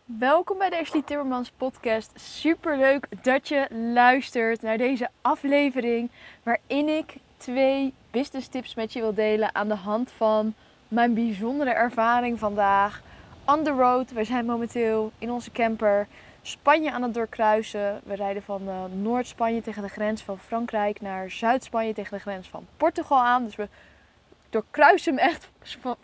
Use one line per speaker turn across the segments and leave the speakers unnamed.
Welkom bij de Ashley Timmermans podcast. Super leuk dat je luistert naar deze aflevering waarin ik 2 business tips met je wil delen aan de hand van mijn bijzondere ervaring vandaag. On the road, we zijn momenteel in onze camper Spanje aan het doorkruisen. We rijden van Noord-Spanje tegen de grens van Frankrijk naar Zuid-Spanje tegen de grens van Portugal aan. Dus we doorkruisen hem echt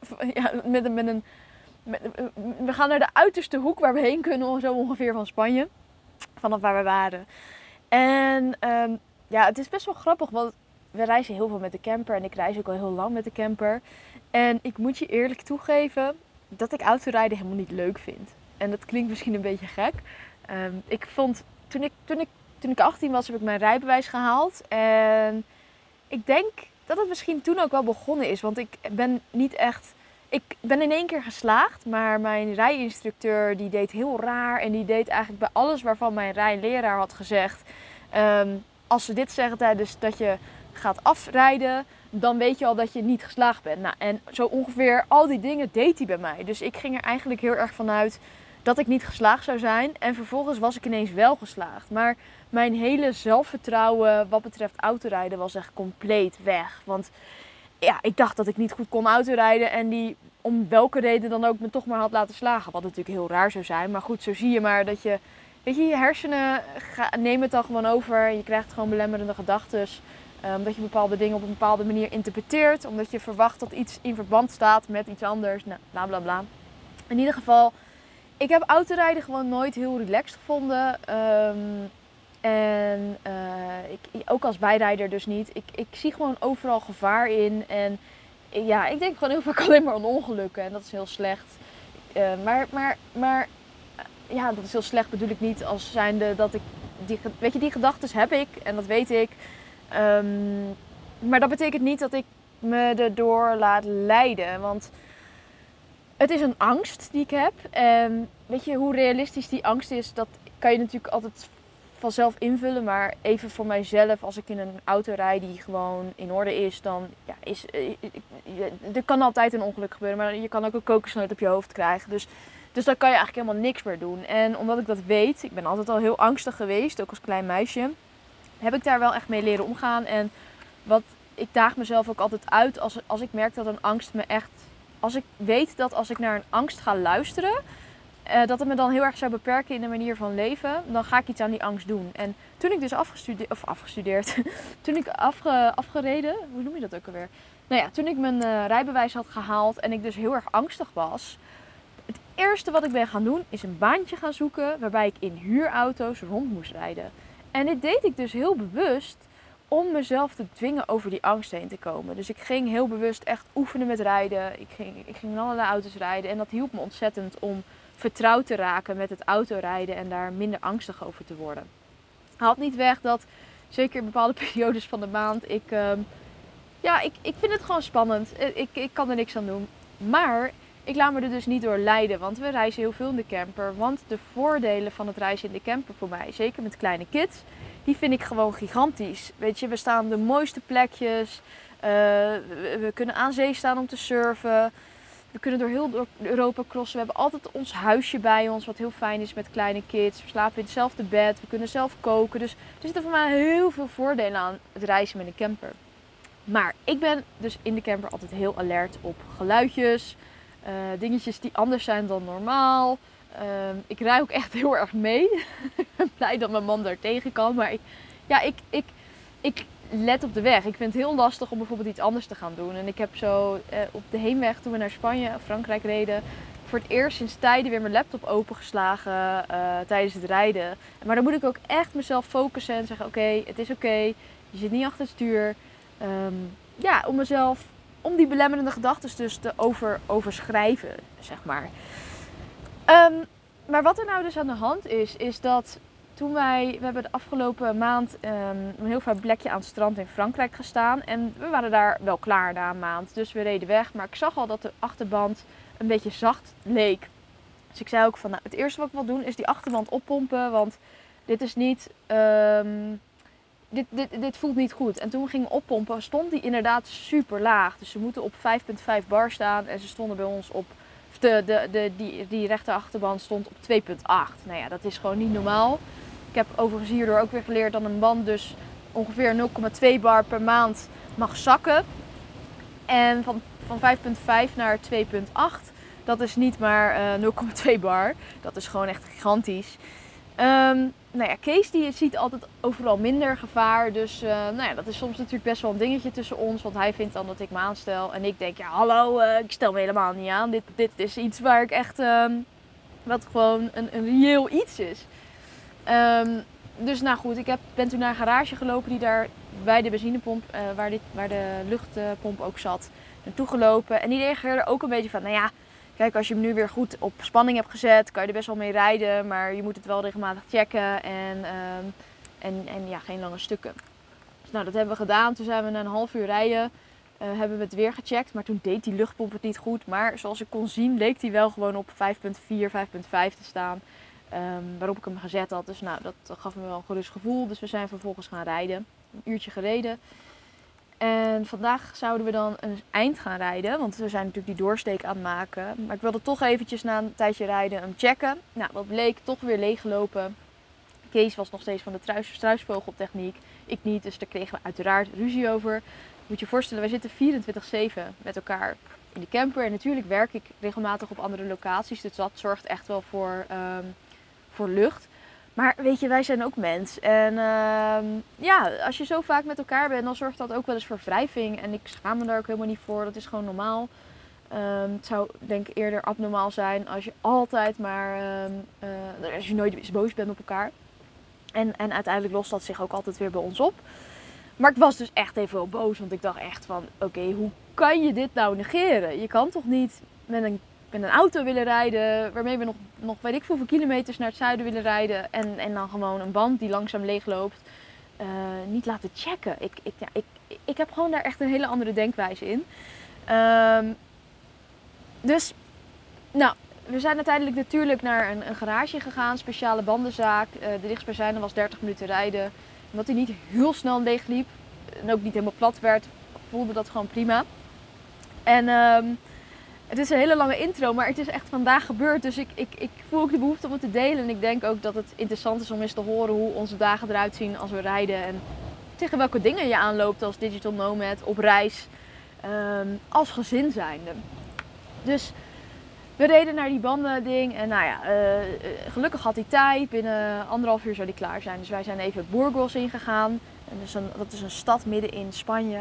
we gaan naar de uiterste hoek waar we heen kunnen, zo ongeveer van Spanje. Vanaf waar we waren. En het is best wel grappig, want we reizen heel veel met de camper. En ik reis ook al heel lang met de camper. En ik moet je eerlijk toegeven dat ik autorijden helemaal niet leuk vind. En dat klinkt misschien een beetje gek. Ik vond, toen ik 18 was, heb ik mijn rijbewijs gehaald. En ik denk dat het misschien toen ook wel begonnen is. Want ik ben in 1 keer geslaagd, maar mijn rijinstructeur die deed heel raar. En die deed eigenlijk bij alles waarvan mijn rijleraar had gezegd: als ze dit zeggen tijdens dat je gaat afrijden, dan weet je al dat je niet geslaagd bent. Nou, en zo ongeveer al die dingen deed hij bij mij. Dus ik ging er eigenlijk heel erg vanuit dat ik niet geslaagd zou zijn. En vervolgens was ik ineens wel geslaagd. Maar mijn hele zelfvertrouwen wat betreft autorijden was echt compleet weg. Want ja, ik dacht dat ik niet goed kon autorijden en die om welke reden dan ook me toch maar had laten slagen. Wat natuurlijk heel raar zou zijn. Maar goed, zo zie je maar dat je, weet je hersenen nemen het dan gewoon over. En je krijgt gewoon belemmerende gedachten. Dat je bepaalde dingen op een bepaalde manier interpreteert. Omdat je verwacht dat iets in verband staat met iets anders. Nou, bla bla bla. In ieder geval, ik heb autorijden gewoon nooit heel relaxed gevonden. Ook als bijrijder dus niet. Ik zie gewoon overal gevaar in. En ja, ik denk gewoon heel vaak alleen maar aan ongelukken. En dat is heel slecht. Ja, dat is heel slecht bedoel ik niet als zijnde dat ik... die gedachten heb ik en dat weet ik. Maar dat betekent niet dat ik me erdoor laat leiden. Want het is een angst die ik heb. En weet je, hoe realistisch die angst is, dat kan je natuurlijk altijd vanzelf invullen. Maar even voor mijzelf, als ik in een auto rijd die gewoon in orde is, dan er kan altijd een ongeluk gebeuren. Maar je kan ook een kokosnoot op je hoofd krijgen. Dus dan kan je eigenlijk helemaal niks meer doen. En omdat ik dat weet, ik ben altijd al heel angstig geweest, ook als klein meisje, heb ik daar wel echt mee leren omgaan. En ik daag mezelf ook altijd uit als ik merk dat een angst me echt... Als ik weet dat als ik naar een angst ga luisteren, dat het me dan heel erg zou beperken in de manier van leven, dan ga ik iets aan die angst doen. En toen ik dus afgestudeerd, toen ik afgereden, hoe noem je dat ook alweer? Nou ja, toen ik mijn rijbewijs had gehaald en ik dus heel erg angstig was, het eerste wat ik ben gaan doen is een baantje gaan zoeken waarbij ik in huurauto's rond moest rijden. En dit deed ik dus heel bewust om mezelf te dwingen over die angst heen te komen. Dus ik ging heel bewust echt oefenen met rijden. Ik ging in allerlei auto's rijden en dat hielp me ontzettend om vertrouwd te raken met het autorijden en daar minder angstig over te worden. Haalt niet weg dat, zeker in bepaalde periodes van de maand, ik vind het gewoon spannend. Ik kan er niks aan doen. Maar ik laat me er dus niet door leiden, want we reizen heel veel in de camper. Want de voordelen van het reizen in de camper voor mij, zeker met kleine kids, die vind ik gewoon gigantisch. Weet je, we staan op de mooiste plekjes. We kunnen aan zee staan om te surfen. We kunnen door heel Europa crossen. We hebben altijd ons huisje bij ons, wat heel fijn is met kleine kids. We slapen in hetzelfde bed. We kunnen zelf koken. Dus er zitten voor mij heel veel voordelen aan het reizen met een camper. Maar ik ben dus in de camper altijd heel alert op geluidjes. Dingetjes die anders zijn dan normaal. Ik rij ook echt heel erg mee. Ik ben blij dat mijn man daar tegen kan. Maar ik let op de weg. Ik vind het heel lastig om bijvoorbeeld iets anders te gaan doen. En ik heb zo op de heenweg, toen we naar Spanje of Frankrijk reden, voor het eerst sinds tijden weer mijn laptop opengeslagen tijdens het rijden. Maar dan moet ik ook echt mezelf focussen en zeggen: oké, het is oké. Je zit niet achter het stuur. Om die belemmerende gedachten dus te overschrijven, zeg maar. Maar wat er nou dus aan de hand is dat we hebben de afgelopen maand een heel fijn plekje aan het strand in Frankrijk gestaan. En we waren daar wel klaar na een maand, dus we reden weg. Maar ik zag al dat de achterband een beetje zacht leek. Dus ik zei ook van, nou, het eerste wat ik wil doen is die achterband oppompen, want dit is niet... Dit voelt niet goed. En toen we gingen oppompen, stond die inderdaad super laag. Dus ze moeten op 5,5 bar staan en ze stonden bij ons op Of die rechter achterband stond op 2,8. Nou ja, dat is gewoon niet normaal. Ik heb overigens hierdoor ook weer geleerd dat een band dus ongeveer 0,2 bar per maand mag zakken. En van 5,5 naar 2,8, dat is niet maar 0,2 bar. Dat is gewoon echt gigantisch. Nou ja, Kees die ziet altijd overal minder gevaar. Dus nou ja, dat is soms natuurlijk best wel een dingetje tussen ons. Want hij vindt dan dat ik me aanstel. En ik denk, ja hallo, ik stel me helemaal niet aan. Dit is iets waar ik echt, wat gewoon een reëel iets is. Dus nou goed, ben toen naar een garage gelopen die daar bij de benzinepomp, waar de luchtpomp ook zat, naartoe gelopen. En die reageerde ook een beetje van, nou ja, kijk, als je hem nu weer goed op spanning hebt gezet, kan je er best wel mee rijden. Maar je moet het wel regelmatig checken en ja, geen lange stukken. Dus nou, dat hebben we gedaan. Toen zijn we na een half uur rijden, hebben we het weer gecheckt. Maar toen deed die luchtpomp het niet goed. Maar zoals ik kon zien, leek die wel gewoon op 5,4, 5,5 te staan. Waarop ik hem gezet had. Dus nou, dat gaf me wel een gerust gevoel. Dus we zijn vervolgens gaan rijden. Een uurtje gereden. En vandaag zouden we dan een eind gaan rijden. Want we zijn natuurlijk die doorsteek aan het maken. Maar ik wilde toch eventjes na een tijdje rijden hem checken. Nou, wat bleek, toch weer leeggelopen. Kees was nog steeds van de struisvogeltechniek. Ik niet, dus daar kregen we uiteraard ruzie over. Je moet je voorstellen, wij zitten 24/7 met elkaar in de camper. En natuurlijk werk ik regelmatig op andere locaties. Dus dat zorgt echt wel voor lucht. Maar weet je, wij zijn ook mens. En ja, als je zo vaak met elkaar bent, dan zorgt dat ook wel eens voor wrijving. En ik schaam me daar ook helemaal niet voor. Dat is gewoon normaal. Het zou denk ik eerder abnormaal zijn als je altijd maar, als je nooit eens boos bent op elkaar. En uiteindelijk lost dat zich ook altijd weer bij ons op. Maar ik was dus echt even wel boos, want ik dacht echt van, oké, hoe kan je dit nou negeren? Je kan toch niet met een auto willen rijden, waarmee we nog weet ik hoeveel kilometers naar het zuiden willen rijden. En dan gewoon een band die langzaam leegloopt, niet laten checken. Ik heb gewoon daar echt een hele andere denkwijze in. Dus, nou, we zijn uiteindelijk natuurlijk naar een garage gegaan, speciale bandenzaak. De dichtstbijzijnde was 30 minuten rijden. Omdat hij niet heel snel leeg liep en ook niet helemaal plat werd, voelde dat gewoon prima. En het is een hele lange intro, maar het is echt vandaag gebeurd. Dus ik voel ook de behoefte om het te delen. En ik denk ook dat het interessant is om eens te horen hoe onze dagen eruit zien als we rijden. En tegen welke dingen je aanloopt als digital nomad, op reis, als gezin zijnde. Dus we reden naar die bandending en nou ja, gelukkig had hij tijd. Binnen 1,5 uur zou die klaar zijn. Dus wij zijn even Burgos ingegaan. En dat is een stad midden in Spanje.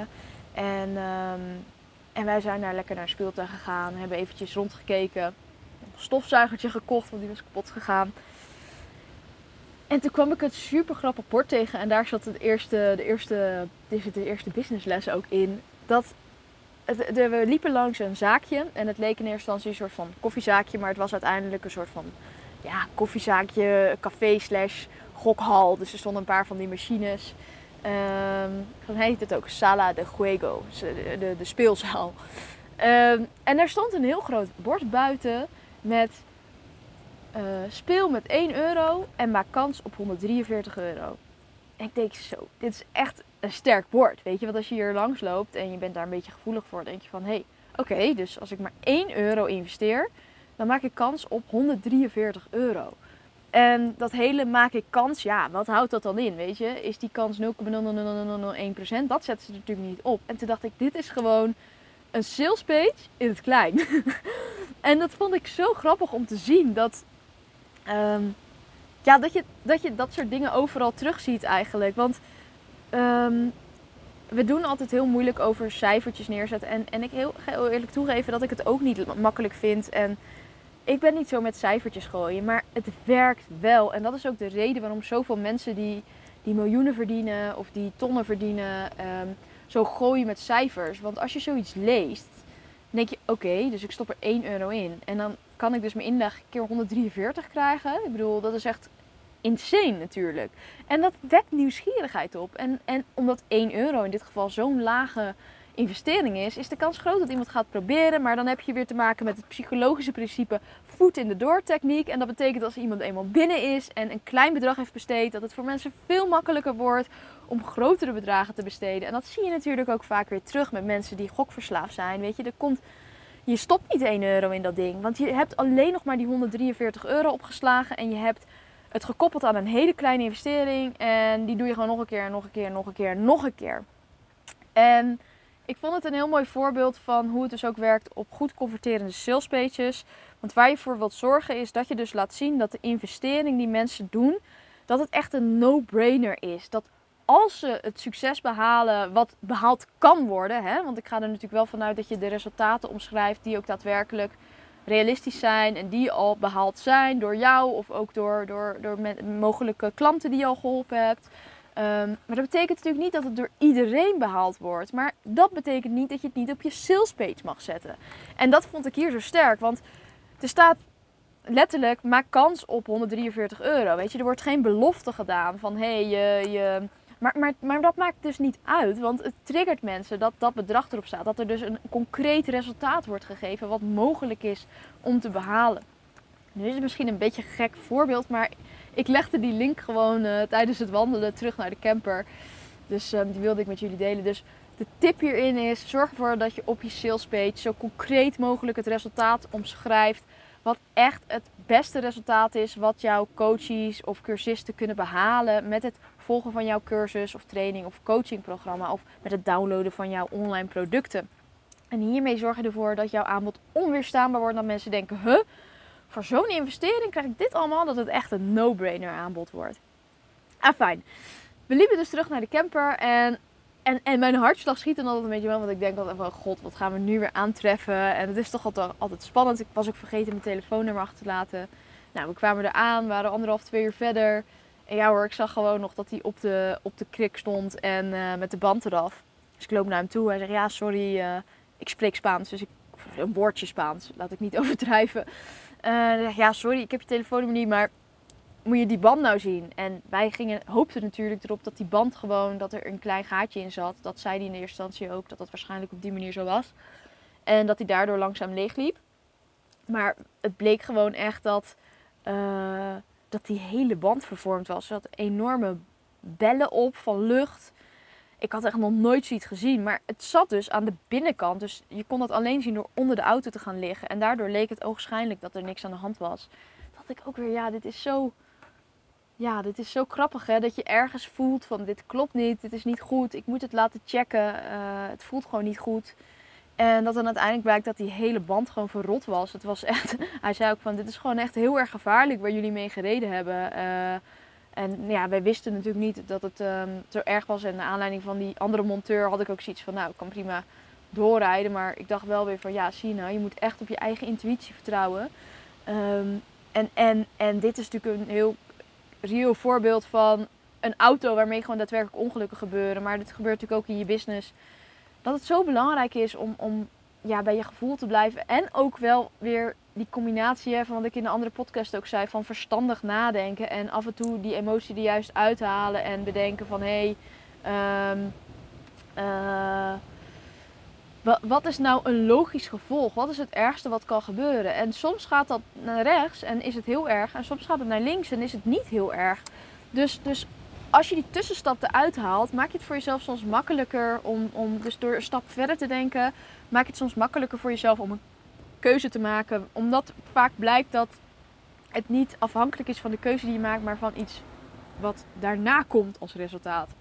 En wij zijn daar lekker naar een speeltuin gegaan. Hebben eventjes rondgekeken. Een stofzuigertje gekocht, want die was kapot gegaan. En toen kwam ik het super grappig bord tegen. En daar zat de eerste businessles ook in. We liepen langs een zaakje. En het leek in eerste instantie een soort van koffiezaakje. Maar het was uiteindelijk een soort van koffiezaakje, café / gokhal. Dus er stonden een paar van die machines. Dan heet het ook Sala de Juego, de speelzaal. En daar stond een heel groot bord buiten met speel met 1 euro en maak kans op 143 euro. En ik denk zo, dit is echt een sterk bord. Weet je, want als je hier langs loopt en je bent daar een beetje gevoelig voor, denk je van oké, dus als ik maar 1 euro investeer, dan maak ik kans op 143 euro. En dat hele maak ik kans, ja, wat houdt dat dan in, weet je? Is die kans 0,00001%? Dat zetten ze natuurlijk niet op. En toen dacht ik, dit is gewoon een sales page in het klein. En dat vond ik zo grappig om te zien. Dat je dat soort dingen overal terugziet eigenlijk. Want we doen altijd heel moeilijk over cijfertjes neerzetten. En ik ga heel eerlijk toegeven dat ik het ook niet makkelijk vind. En ik ben niet zo met cijfertjes gooien, maar het werkt wel. En dat is ook de reden waarom zoveel mensen die miljoenen verdienen of die tonnen verdienen, zo gooien met cijfers. Want als je zoiets leest, dan denk je oké, dus ik stop er 1 euro in. En dan kan ik dus mijn inleg keer 143 krijgen. Ik bedoel, dat is echt insane natuurlijk. En dat wekt nieuwsgierigheid op. En omdat 1 euro in dit geval zo'n lage investering is de kans groot dat iemand gaat proberen. Maar dan heb je weer te maken met het psychologische principe foot in the door techniek. En dat betekent als iemand eenmaal binnen is en een klein bedrag heeft besteed, dat het voor mensen veel makkelijker wordt om grotere bedragen te besteden. En dat zie je natuurlijk ook vaak weer terug met mensen die gokverslaafd zijn. Weet je, je stopt niet 1 euro in dat ding. Want je hebt alleen nog maar die 143 euro opgeslagen. En je hebt het gekoppeld aan een hele kleine investering. En die doe je gewoon nog een keer, nog een keer, nog een keer, nog een keer. En ik vond het een heel mooi voorbeeld van hoe het dus ook werkt op goed converterende salespages. Want waar je voor wilt zorgen is dat je dus laat zien dat de investering die mensen doen, dat het echt een no-brainer is. Dat als ze het succes behalen wat behaald kan worden, hè, want ik ga er natuurlijk wel vanuit dat je de resultaten omschrijft die ook daadwerkelijk realistisch zijn en die al behaald zijn door jou of ook door mogelijke klanten die je al geholpen hebt. Maar dat betekent natuurlijk niet dat het door iedereen behaald wordt. Maar dat betekent niet dat je het niet op je salespage mag zetten. En dat vond ik hier zo sterk. Want er staat letterlijk, maak kans op 143 euro. Weet je, er wordt geen belofte gedaan van Maar dat maakt dus niet uit. Want het triggert mensen dat dat bedrag erop staat. Dat er dus een concreet resultaat wordt gegeven wat mogelijk is om te behalen. Nu is het misschien een beetje een gek voorbeeld, maar ik legde die link gewoon tijdens het wandelen terug naar de camper. Dus die wilde ik met jullie delen. Dus de tip hierin is, zorg ervoor dat je op je salespage zo concreet mogelijk het resultaat omschrijft. Wat echt het beste resultaat is wat jouw coaches of cursisten kunnen behalen met het volgen van jouw cursus of training of coachingprogramma. Of met het downloaden van jouw online producten. En hiermee zorg je ervoor dat jouw aanbod onweerstaanbaar wordt. Dat mensen denken, voor zo'n investering krijg ik dit allemaal, dat het echt een no-brainer aanbod wordt. Fijn. We liepen dus terug naar de camper en mijn hartslag schiet dan altijd een beetje wel, want ik denk altijd van, god, wat gaan we nu weer aantreffen? En het is toch altijd spannend. Ik was ook vergeten mijn telefoonnummer achter te laten. Nou, we kwamen eraan, we waren 1,5, 2 uur verder. En ja hoor, ik zag gewoon nog dat hij op de krik stond en met de band eraf. Dus ik loop naar hem toe. Hij zegt, ja, sorry, ik spreek Spaans, dus een woordje Spaans, laat ik niet overdrijven. Ja, sorry, ik heb je telefoonnummer niet, maar moet je die band nou zien? En wij hoopten natuurlijk erop dat die band gewoon, dat er een klein gaatje in zat. Dat zei hij in de eerste instantie ook, dat dat waarschijnlijk op die manier zo was. En dat hij daardoor langzaam leegliep. Maar het bleek gewoon echt dat die hele band vervormd was. Er zat enorme bellen op van lucht. Ik had echt nog nooit zoiets gezien. Maar het zat dus aan de binnenkant. Dus je kon dat alleen zien door onder de auto te gaan liggen. En daardoor leek het ogenschijnlijk dat er niks aan de hand was. Dacht ik ook weer, dit is zo grappig, hè. Dat je ergens voelt van, dit klopt niet. Dit is niet goed. Ik moet het laten checken. Het voelt gewoon niet goed. En dat dan uiteindelijk blijkt dat die hele band gewoon verrot was. Het was echt, hij zei ook van, dit is gewoon echt heel erg gevaarlijk waar jullie mee gereden hebben. En ja, wij wisten natuurlijk niet dat het zo erg was. En naar aanleiding van die andere monteur had ik ook zoiets van, nou, ik kan prima doorrijden. Maar ik dacht wel weer van, ja, zie je nou, je moet echt op je eigen intuïtie vertrouwen. En dit is natuurlijk een heel reëel voorbeeld van een auto waarmee gewoon daadwerkelijk ongelukken gebeuren. Maar dit gebeurt natuurlijk ook in je business. Dat het zo belangrijk is om bij je gevoel te blijven. En ook wel weer die combinatie van wat ik in de andere podcast ook zei. Van verstandig nadenken. En af en toe die emotie er juist uithalen. En bedenken van wat is nou een logisch gevolg? Wat is het ergste wat kan gebeuren? En soms gaat dat naar rechts en is het heel erg. En soms gaat het naar links en is het niet heel erg. Dus als je die tussenstap eruit haalt, maak je het voor jezelf soms makkelijker om dus door een stap verder te denken, maak je het soms makkelijker voor jezelf om een keuze te maken. Omdat vaak blijkt dat het niet afhankelijk is van de keuze die je maakt, maar van iets wat daarna komt als resultaat.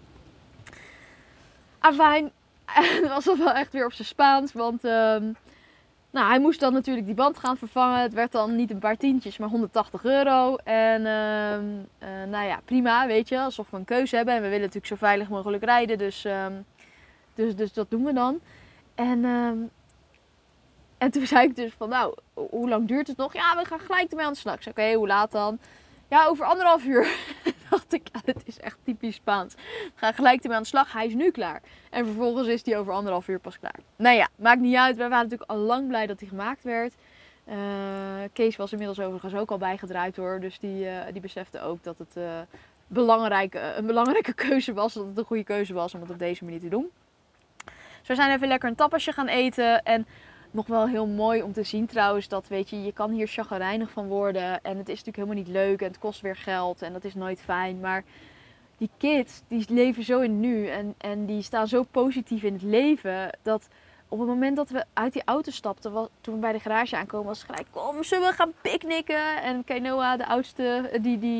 Afijn, het was wel echt weer op zijn Spaans, want hij moest dan natuurlijk die band gaan vervangen. Het werd dan niet een paar tientjes, maar 180 euro. En prima, weet je, alsof we een keuze hebben. En we willen natuurlijk zo veilig mogelijk rijden, dus dat doen we dan. En toen zei ik dus van, nou, hoe lang duurt het nog? Ja, we gaan gelijk ermee aan de slag. Ik zei, oké, hoe laat dan? Ja, over 1,5 uur. Dacht ik, ja, dit is echt typisch Spaans. We gaan gelijk ermee aan de slag. Hij is nu klaar. En vervolgens is hij over 1,5 uur pas klaar. Nou ja, maakt niet uit. We waren natuurlijk al lang blij dat hij gemaakt werd. Kees was inmiddels overigens ook al bijgedraaid hoor. Dus die besefte ook dat het een belangrijke keuze was. Dat het een goede keuze was om het op deze manier te doen. Dus we zijn even lekker een tapasje gaan eten. En nog wel heel mooi om te zien trouwens dat, weet je kan hier chagrijnig van worden. En het is natuurlijk helemaal niet leuk en het kost weer geld en dat is nooit fijn. Maar die kids, die leven zo in het nu en die staan zo positief in het leven dat op het moment dat we uit die auto stapten, toen we bij de garage aankomen, was het gelijk, kom, zullen we gaan picknicken? En Kainoa, de oudste,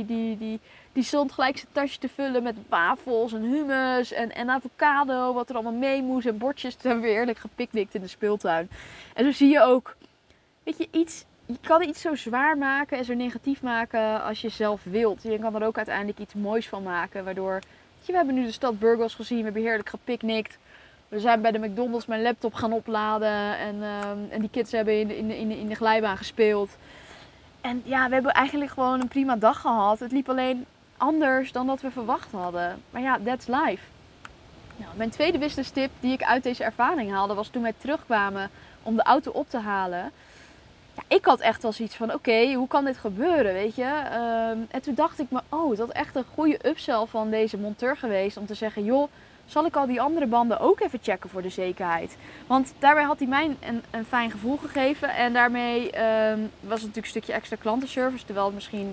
die stond gelijk zijn tasje te vullen met wafels en hummus en avocado, wat er allemaal mee moest en bordjes. Toen hebben we heerlijk gepicnict in de speeltuin. En zo zie je ook, weet je, je kan iets zo zwaar maken en zo negatief maken als je zelf wilt. Je kan er ook uiteindelijk iets moois van maken, waardoor, weet je, we hebben nu de stad Burgos gezien, we hebben heerlijk gepicnict. We zijn bij de McDonald's mijn laptop gaan opladen en die kids hebben in de glijbaan gespeeld. En ja, we hebben eigenlijk gewoon een prima dag gehad. Het liep alleen anders dan dat we verwacht hadden. Maar ja, that's life. Nou, mijn tweede business tip die ik uit deze ervaring haalde was toen wij terugkwamen om de auto op te halen. Ja, ik had echt wel zoiets van, oké, hoe kan dit gebeuren, weet je? En toen dacht ik me, dat is echt een goede upsell van deze monteur geweest om te zeggen, joh, zal ik al die andere banden ook even checken voor de zekerheid? Want daarbij had hij mij een fijn gevoel gegeven. En daarmee was het natuurlijk een stukje extra klantenservice. Terwijl het misschien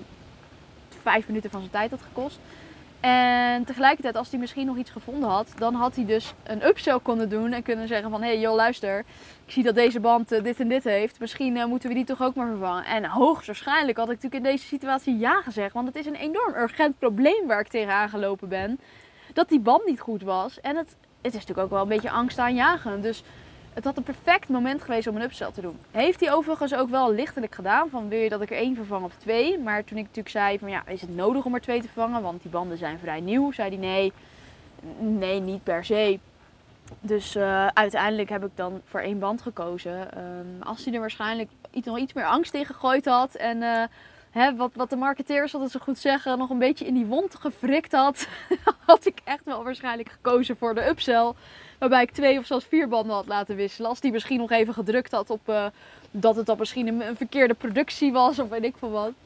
5 minuten van zijn tijd had gekost. En tegelijkertijd, als hij misschien nog iets gevonden had, dan had hij dus een upsell kunnen doen. En kunnen zeggen van, hey joh, luister, ik zie dat deze band dit en dit heeft. Misschien moeten we die toch ook maar vervangen. En hoogstwaarschijnlijk had ik natuurlijk in deze situatie ja gezegd. Want het is een enorm urgent probleem waar ik tegenaan gelopen ben. Dat die band niet goed was. En het is natuurlijk ook wel een beetje angstaanjagend. Dus het had een perfect moment geweest om een upsell te doen. Heeft hij overigens ook wel lichtelijk gedaan. Van, wil je dat ik er 1 vervang of 2? Maar toen ik natuurlijk zei van, ja, is het nodig om er 2 te vervangen? Want die banden zijn vrij nieuw. Zei hij nee, niet per se. Dus uiteindelijk heb ik dan voor 1 band gekozen. Als hij er waarschijnlijk nog iets meer angst in gegooid had. En wat de marketeers altijd zo goed zeggen, nog een beetje in die wond gewrikt had, had ik echt wel waarschijnlijk gekozen voor de upsell. Waarbij ik 2 of zelfs 4 banden had laten wisselen. Als die misschien nog even gedrukt had op dat het dan misschien een verkeerde productie was of weet ik veel wat.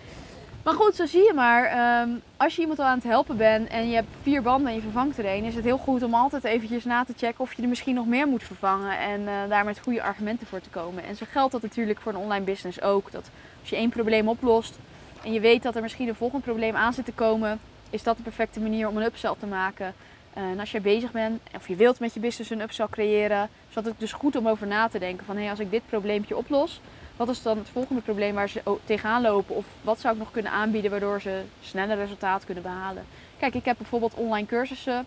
Maar goed, zo zie je maar. Als je iemand al aan het helpen bent en je hebt 4 banden en je vervangt er 1, is het heel goed om altijd eventjes na te checken of je er misschien nog meer moet vervangen. En daar met goede argumenten voor te komen. En zo geldt dat natuurlijk voor een online business ook. Dat als je 1 probleem oplost en je weet dat er misschien een volgend probleem aan zit te komen, is dat de perfecte manier om een upsell te maken. En als jij bezig bent of je wilt met je business een upsell creëren, is het dus goed om over na te denken van, als ik dit probleempje oplos, wat is dan het volgende probleem waar ze tegenaan lopen? Of wat zou ik nog kunnen aanbieden waardoor ze sneller resultaat kunnen behalen? Kijk, ik heb bijvoorbeeld online cursussen.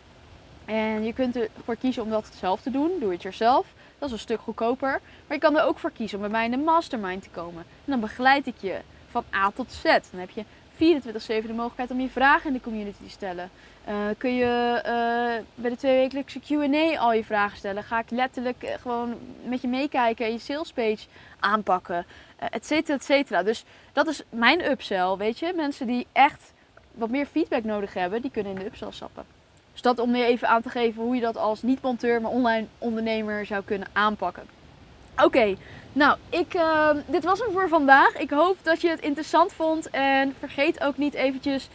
En je kunt ervoor kiezen om dat zelf te doen. Doe het jezelf. Dat is een stuk goedkoper. Maar je kan er ook voor kiezen om bij mij in de mastermind te komen. En dan begeleid ik je van A tot Z. Dan heb je 24/7 de mogelijkheid om je vragen in de community te stellen. Kun je bij de 2-wekelijkse Q&A al je vragen stellen. Ga ik letterlijk gewoon met je meekijken en je salespage aanpakken. Et cetera, et cetera. Dus dat is mijn upsell, weet je. Mensen die echt wat meer feedback nodig hebben, die kunnen in de upsell stappen. Dus dat om je even aan te geven hoe je dat als niet-monteur, maar online ondernemer zou kunnen aanpakken. Oké, nou, dit was hem voor vandaag. Ik hoop dat je het interessant vond. En vergeet ook niet eventjes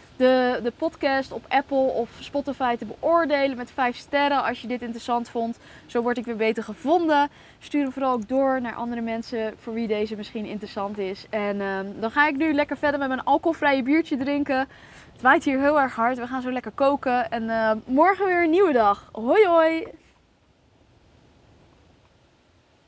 de podcast op Apple of Spotify te beoordelen met 5 sterren als je dit interessant vond. Zo word ik weer beter gevonden. Stuur hem vooral ook door naar andere mensen voor wie deze misschien interessant is. En dan ga ik nu lekker verder met mijn alcoholvrije biertje drinken. Het waait hier heel erg hard. We gaan zo lekker koken. En morgen weer een nieuwe dag. Hoi hoi!